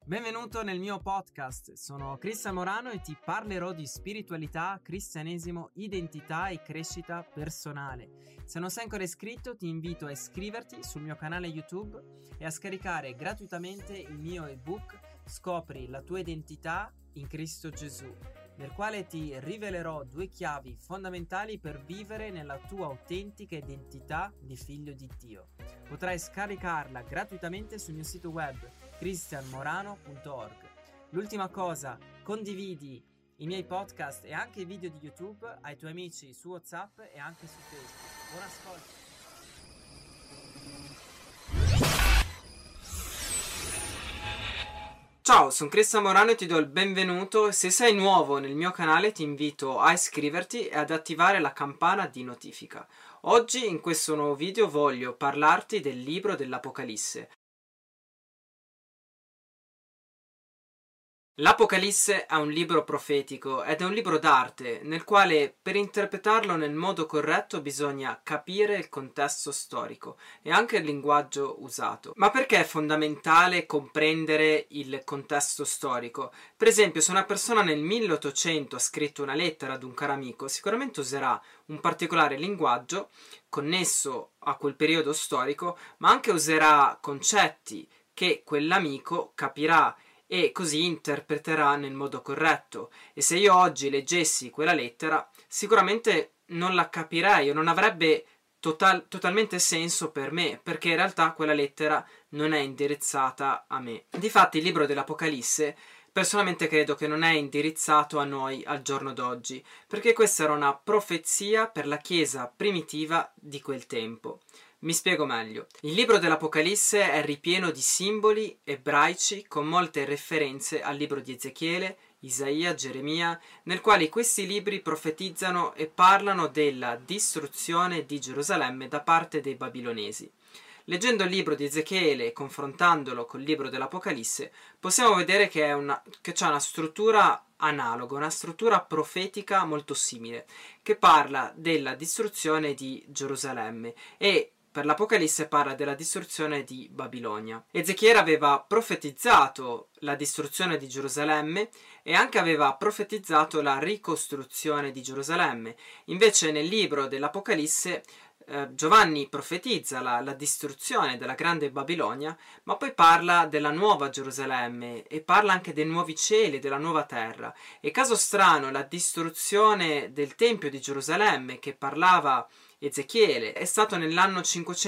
Benvenuto nel mio podcast, sono Cristian Morano e ti parlerò di spiritualità, cristianesimo, identità e crescita personale. Se non sei ancora iscritto ti invito a iscriverti sul mio canale YouTube e a scaricare gratuitamente il mio ebook Scopri la tua identità in Cristo Gesù, nel quale ti rivelerò 2 chiavi fondamentali per vivere nella tua autentica identità di figlio di Dio. Potrai scaricarla gratuitamente sul mio sito web cristianmorano.org. L'ultima cosa, condividi i miei podcast e anche i video di YouTube ai tuoi amici su WhatsApp e anche su Facebook. Buon ascolto! Ciao, sono Cristian Morano e ti do il benvenuto. Se sei nuovo nel mio canale ti invito a iscriverti e ad attivare la campana di notifica. Oggi in questo nuovo video voglio parlarti del libro dell'Apocalisse. L'Apocalisse è un libro profetico ed è un libro d'arte nel quale per interpretarlo nel modo corretto bisogna capire il contesto storico e anche il linguaggio usato. Ma perché è fondamentale comprendere il contesto storico? Per esempio, se una persona nel 1800 ha scritto una lettera ad un caro amico, sicuramente userà un particolare linguaggio connesso a quel periodo storico, ma anche userà concetti che quell'amico capirà e così interpreterà nel modo corretto. E se io oggi leggessi quella lettera, sicuramente non la capirei o non avrebbe totalmente senso per me, perché in realtà quella lettera non è indirizzata a me. Difatti il libro dell'Apocalisse personalmente credo che non è indirizzato a noi al giorno d'oggi, perché questa era una profezia per la Chiesa primitiva di quel tempo. Mi spiego meglio. Il libro dell'Apocalisse è ripieno di simboli ebraici con molte referenze al libro di Ezechiele, Isaia, Geremia, nel quale questi libri profetizzano e parlano della distruzione di Gerusalemme da parte dei babilonesi. Leggendo il libro di Ezechiele e confrontandolo col libro dell'Apocalisse, possiamo vedere che c'è una struttura analoga, una struttura profetica molto simile, che parla della distruzione di Gerusalemme e per l'Apocalisse parla della distruzione di Babilonia. Ezechiele aveva profetizzato la distruzione di Gerusalemme e anche aveva profetizzato la ricostruzione di Gerusalemme. Invece nel libro dell'Apocalisse Giovanni profetizza la distruzione della grande Babilonia, ma poi parla della nuova Gerusalemme e parla anche dei nuovi cieli, della nuova terra. E caso strano, la distruzione del Tempio di Gerusalemme che parlava Ezechiele è stato nell'anno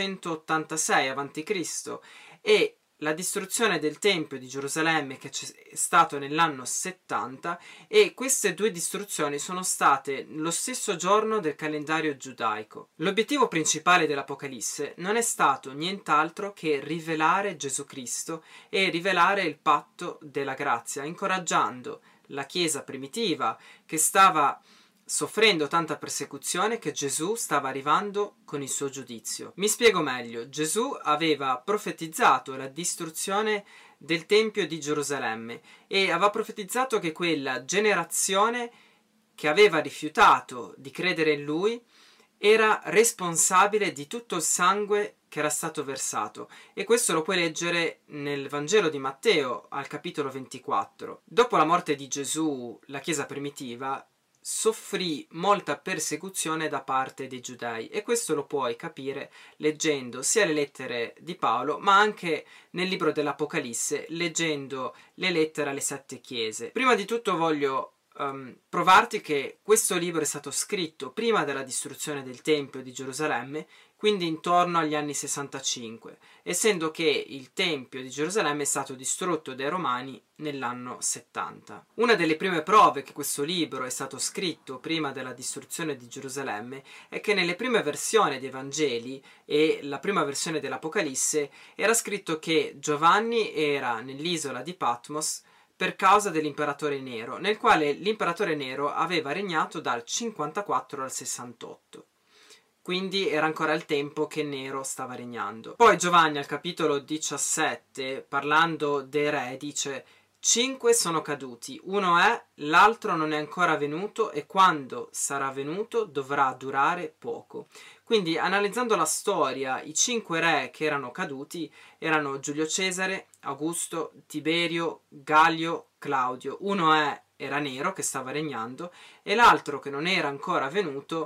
586 a.C. e la distruzione del Tempio di Gerusalemme che è stato nell'anno 70, e queste 2 distruzioni sono state lo stesso giorno del calendario giudaico. L'obiettivo principale dell'Apocalisse non è stato nient'altro che rivelare Gesù Cristo e rivelare il patto della grazia, incoraggiando la Chiesa primitiva che stava soffrendo tanta persecuzione che Gesù stava arrivando con il suo giudizio. Mi spiego meglio. Gesù aveva profetizzato la distruzione del Tempio di Gerusalemme e aveva profetizzato che quella generazione che aveva rifiutato di credere in lui era responsabile di tutto il sangue che era stato versato, e questo lo puoi leggere nel Vangelo di Matteo al capitolo 24. Dopo la morte di Gesù, la Chiesa primitiva soffrì molta persecuzione da parte dei giudei, e questo lo puoi capire leggendo sia le lettere di Paolo ma anche nel libro dell'Apocalisse, leggendo le lettere alle 7 chiese. Prima di tutto voglio provarti che questo libro è stato scritto prima della distruzione del Tempio di Gerusalemme, quindi intorno agli anni 65, essendo che il Tempio di Gerusalemme è stato distrutto dai Romani nell'anno 70. Una delle prime prove che questo libro è stato scritto prima della distruzione di Gerusalemme è che nelle prime versioni dei Vangeli e la prima versione dell'Apocalisse era scritto che Giovanni era nell'isola di Patmos per causa dell'imperatore nero, nel quale l'imperatore nero aveva regnato dal 54 al 68. Quindi era ancora il tempo che Nero stava regnando. Poi Giovanni al capitolo 17, parlando dei re, dice: 5 sono caduti, uno è, l'altro non è ancora venuto e quando sarà venuto dovrà durare poco. Quindi, analizzando la storia, i 5 re che erano caduti erano Giulio Cesare, Augusto, Tiberio, Gallio, Claudio. Uno era Nero, che stava regnando, e l'altro, che non era ancora venuto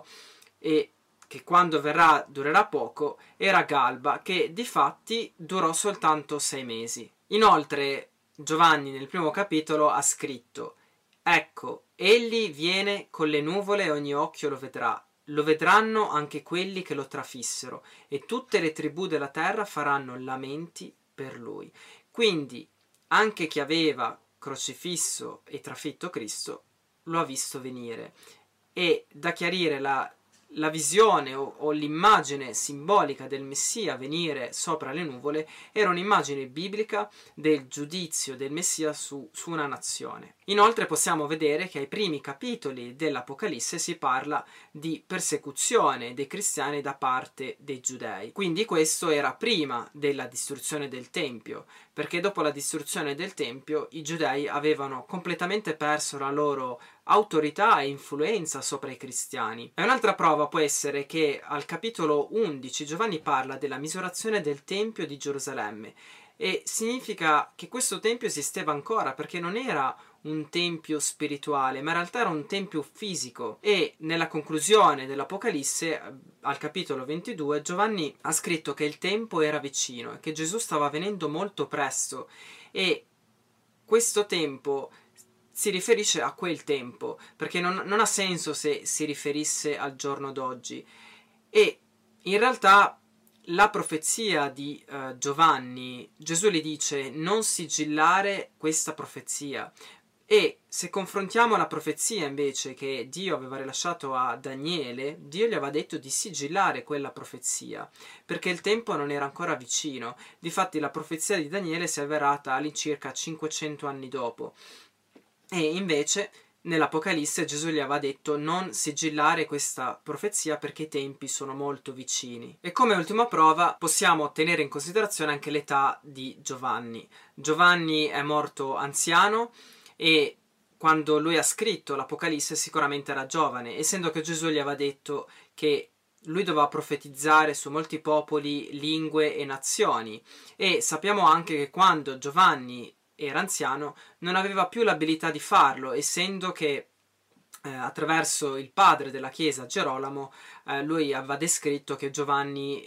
e che quando verrà durerà poco, era Galba, che difatti durò soltanto 6 mesi. Inoltre Giovanni nel primo capitolo ha scritto: ecco, egli viene con le nuvole e ogni occhio lo vedrà. Lo vedranno anche quelli che lo trafissero, e tutte le tribù della terra faranno lamenti per lui. Quindi anche chi aveva crocifisso e trafitto Cristo lo ha visto venire. E da chiarire la visione o l'immagine simbolica del Messia venire sopra le nuvole era un'immagine biblica del giudizio del Messia su una nazione. Inoltre possiamo vedere che ai primi capitoli dell'Apocalisse si parla di persecuzione dei cristiani da parte dei giudei. Quindi questo era prima della distruzione del Tempio, perché dopo la distruzione del Tempio i giudei avevano completamente perso la loro autorità e influenza sopra i cristiani. E un'altra prova può essere che al capitolo 11 Giovanni parla della misurazione del Tempio di Gerusalemme, e significa che questo Tempio esisteva ancora, perché non era un tempio spirituale, ma in realtà era un tempio fisico. E nella conclusione dell'Apocalisse, al capitolo 22, Giovanni ha scritto che il tempo era vicino e che Gesù stava venendo molto presto, e questo tempo si riferisce a quel tempo, perché non ha senso se si riferisse al giorno d'oggi. E in realtà la profezia di Giovanni, Gesù gli dice: non sigillare questa profezia. E se confrontiamo la profezia invece che Dio aveva rilasciato a Daniele, Dio gli aveva detto di sigillare quella profezia, perché il tempo non era ancora vicino. Difatti la profezia di Daniele si è avverata all'incirca 500 anni dopo. E invece nell'Apocalisse Gesù gli aveva detto: non sigillare questa profezia perché i tempi sono molto vicini. E come ultima prova possiamo tenere in considerazione anche l'età di Giovanni. Giovanni è morto anziano, e quando lui ha scritto l'Apocalisse sicuramente era giovane, essendo che Gesù gli aveva detto che lui doveva profetizzare su molti popoli, lingue e nazioni. E sappiamo anche che quando Giovanni era anziano non aveva più l'abilità di farlo, essendo che attraverso il padre della chiesa, Gerolamo, lui aveva descritto che Giovanni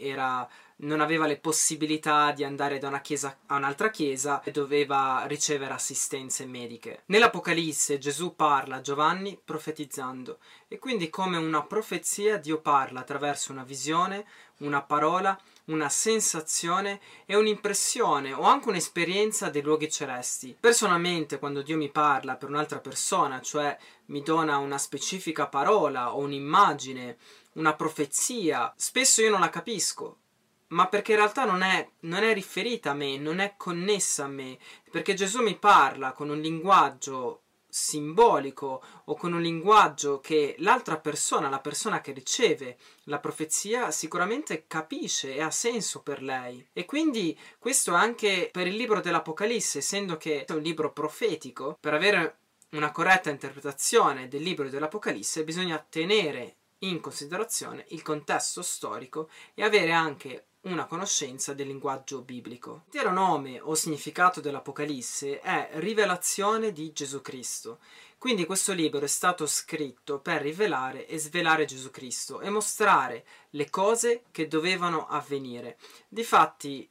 non aveva le possibilità di andare da una chiesa a un'altra chiesa e doveva ricevere assistenze mediche. Nell'Apocalisse Gesù parla a Giovanni profetizzando, e quindi come una profezia Dio parla attraverso una visione, una parola, una sensazione e un'impressione o anche un'esperienza dei luoghi celesti. Personalmente, quando Dio mi parla per un'altra persona, cioè mi dona una specifica parola o un'immagine, una profezia, spesso io non la capisco, ma perché in realtà non è riferita a me, non è connessa a me, perché Gesù mi parla con un linguaggio simbolico o con un linguaggio che l'altra persona, la persona che riceve la profezia, sicuramente capisce e ha senso per lei. E quindi questo anche per il libro dell'Apocalisse, essendo che è un libro profetico, per avere una corretta interpretazione del libro dell'Apocalisse bisogna tenere in considerazione il contesto storico e avere anche una conoscenza del linguaggio biblico. L'intero nome o significato dell'Apocalisse è rivelazione di Gesù Cristo. Quindi questo libro è stato scritto per rivelare e svelare Gesù Cristo e mostrare le cose che dovevano avvenire. Difatti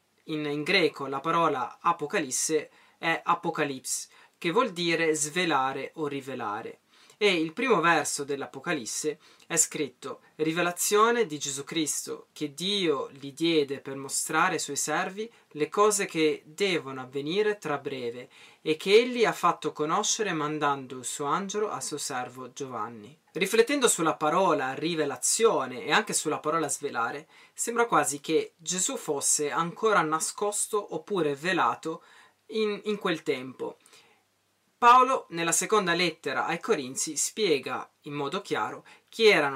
in greco la parola Apocalisse è Apocalips, che vuol dire svelare o rivelare. E il primo verso dell'Apocalisse è scritto: rivelazione di Gesù Cristo, che Dio gli diede per mostrare ai suoi servi le cose che devono avvenire tra breve, e che egli ha fatto conoscere mandando il suo angelo al suo servo Giovanni. Riflettendo sulla parola rivelazione e anche sulla parola svelare, sembra quasi che Gesù fosse ancora nascosto oppure velato in quel tempo. Paolo, nella seconda lettera ai Corinzi, spiega in modo chiaro chi erano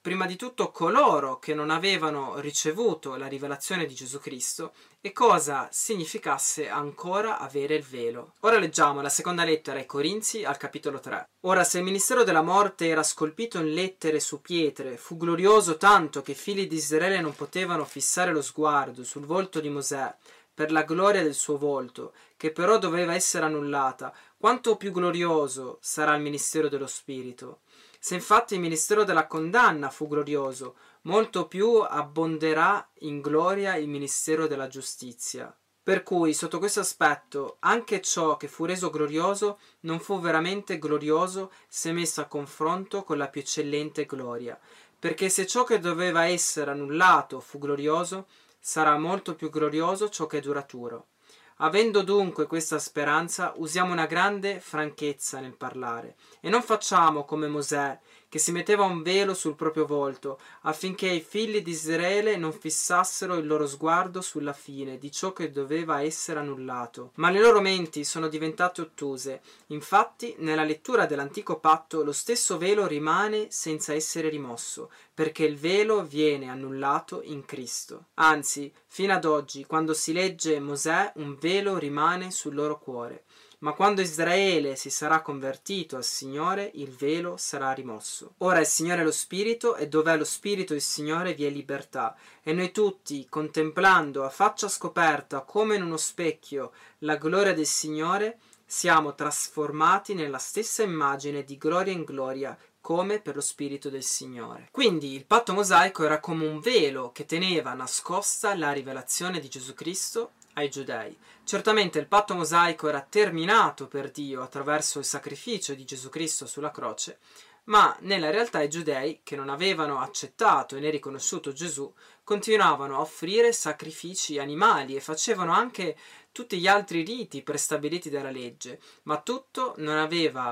prima di tutto coloro che non avevano ricevuto la rivelazione di Gesù Cristo e cosa significasse ancora avere il velo. Ora leggiamo la seconda lettera ai Corinzi al capitolo 3. Ora, se il ministero della morte era scolpito in lettere su pietre, fu glorioso tanto che i figli di Israele non potevano fissare lo sguardo sul volto di Mosè per la gloria del suo volto, che però doveva essere annullata, quanto più glorioso sarà il ministero dello Spirito. Se infatti il ministero della condanna fu glorioso, molto più abbonderà in gloria il ministero della giustizia. Per cui, sotto questo aspetto, anche ciò che fu reso glorioso non fu veramente glorioso se messo a confronto con la più eccellente gloria. Perché se ciò che doveva essere annullato fu glorioso, sarà molto più glorioso ciò che è duraturo. Avendo dunque questa speranza, usiamo una grande franchezza nel parlare e non facciamo come Mosè, che si metteva un velo sul proprio volto, affinché i figli di Israele non fissassero il loro sguardo sulla fine di ciò che doveva essere annullato. Ma le loro menti sono diventate ottuse. Infatti, nella lettura dell'antico patto, lo stesso velo rimane senza essere rimosso, perché il velo viene annullato in Cristo. Anzi, fino ad oggi, quando si legge Mosè, un velo rimane sul loro cuore. Ma quando Israele si sarà convertito al Signore, il velo sarà rimosso. Ora il Signore è lo Spirito, e dov'è lo Spirito del Signore vi è libertà. E noi tutti, contemplando a faccia scoperta come in uno specchio la gloria del Signore, siamo trasformati nella stessa immagine di gloria in gloria, come per lo Spirito del Signore. Quindi il patto mosaico era come un velo che teneva nascosta la rivelazione di Gesù Cristo ai giudei. Certamente il patto mosaico era terminato per Dio attraverso il sacrificio di Gesù Cristo sulla croce, ma nella realtà i giudei, che non avevano accettato e né riconosciuto Gesù, continuavano a offrire sacrifici animali e facevano anche tutti gli altri riti prestabiliti dalla legge, ma tutto non aveva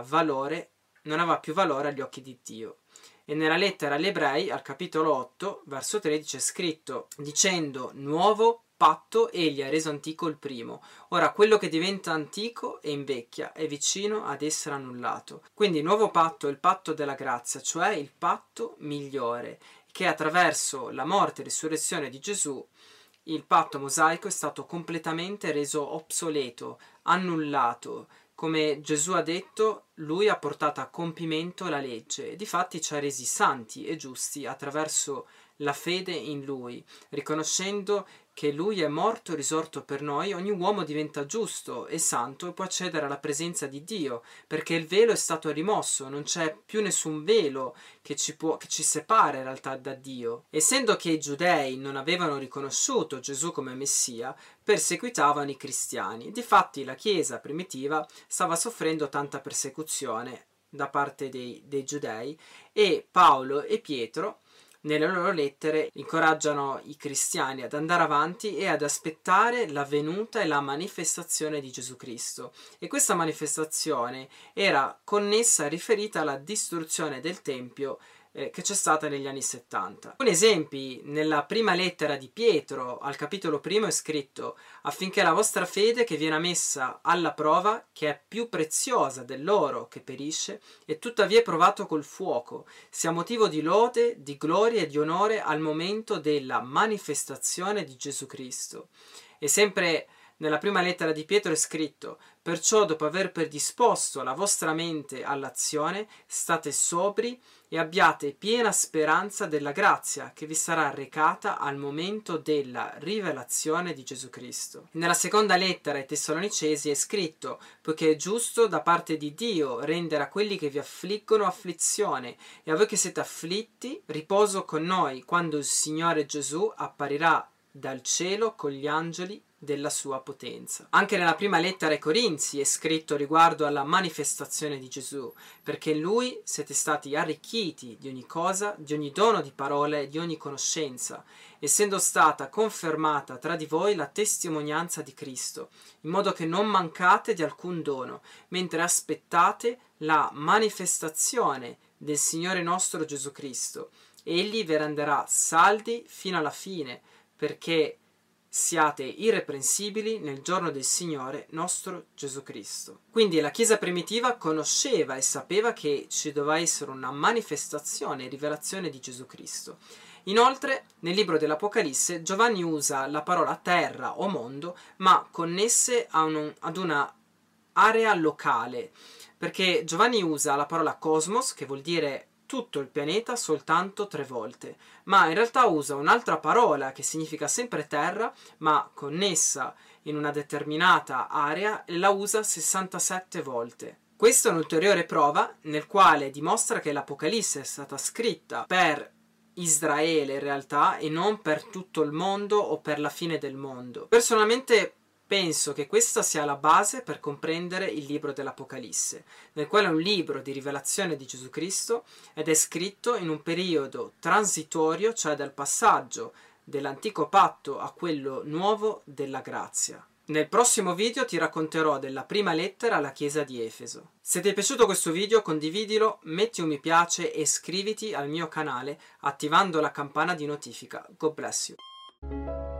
più valore agli occhi di Dio. E nella lettera agli Ebrei, al capitolo 8, verso 13, è scritto dicendo: nuovo patto egli ha reso antico il primo. Ora quello che diventa antico e invecchia è vicino ad essere annullato. Quindi il nuovo patto è il patto della grazia, cioè il patto migliore, che attraverso la morte e risurrezione di Gesù il patto mosaico è stato completamente reso obsoleto, annullato. Come Gesù ha detto, lui ha portato a compimento la legge e difatti ci ha resi santi e giusti attraverso la fede in lui, riconoscendo che lui è morto e risorto per noi. Ogni uomo diventa giusto e santo e può accedere alla presenza di Dio, perché il velo è stato rimosso, non c'è più nessun velo che ci separa in realtà da Dio. Essendo che i giudei non avevano riconosciuto Gesù come Messia, perseguitavano i cristiani. Difatti la Chiesa primitiva stava soffrendo tanta persecuzione da parte dei giudei, e Paolo e Pietro nelle loro lettere incoraggiano i cristiani ad andare avanti e ad aspettare la venuta e la manifestazione di Gesù Cristo. E questa manifestazione era connessa e riferita alla distruzione del Tempio che c'è stata negli anni 70. Alcuni esempi: nella prima lettera di Pietro al capitolo 1 è scritto: affinché la vostra fede, che viene messa alla prova, che è più preziosa dell'oro che perisce e tuttavia è provato col fuoco, sia motivo di lode, di gloria e di onore al momento della manifestazione di Gesù Cristo. E sempre nella prima lettera di Pietro è scritto: perciò, dopo aver predisposto la vostra mente all'azione, state sobri e abbiate piena speranza della grazia che vi sarà recata al momento della rivelazione di Gesù Cristo. Nella seconda lettera ai Tessalonicesi è scritto: poiché è giusto da parte di Dio rendere a quelli che vi affliggono afflizione, e a voi che siete afflitti riposo con noi, quando il Signore Gesù apparirà dal cielo con gli angeli della sua potenza. Anche nella prima lettera ai Corinzi è scritto riguardo alla manifestazione di Gesù: perché in lui siete stati arricchiti di ogni cosa, di ogni dono di parole e di ogni conoscenza, essendo stata confermata tra di voi la testimonianza di Cristo, in modo che non mancate di alcun dono, mentre aspettate la manifestazione del Signore nostro Gesù Cristo. Egli vi renderà saldi fino alla fine, perché siate irreprensibili nel giorno del Signore nostro Gesù Cristo. Quindi la Chiesa primitiva conosceva e sapeva che ci doveva essere una manifestazione e rivelazione di Gesù Cristo. Inoltre, nel libro dell'Apocalisse, Giovanni usa la parola terra o mondo, ma connesse ad una area locale, perché Giovanni usa la parola cosmos, che vuol dire tutto il pianeta, soltanto 3 volte, ma in realtà usa un'altra parola che significa sempre terra, ma connessa in una determinata area, e la usa 67 volte. Questa è un'ulteriore prova nel quale dimostra che l'Apocalisse è stata scritta per Israele in realtà e non per tutto il mondo o per la fine del mondo. Personalmente penso che questa sia la base per comprendere il libro dell'Apocalisse, nel quale è un libro di rivelazione di Gesù Cristo ed è scritto in un periodo transitorio, cioè dal passaggio dell'antico patto a quello nuovo della grazia. Nel prossimo video ti racconterò della prima lettera alla chiesa di Efeso. Se ti è piaciuto questo video condividilo, metti un mi piace e iscriviti al mio canale attivando la campana di notifica. God bless you.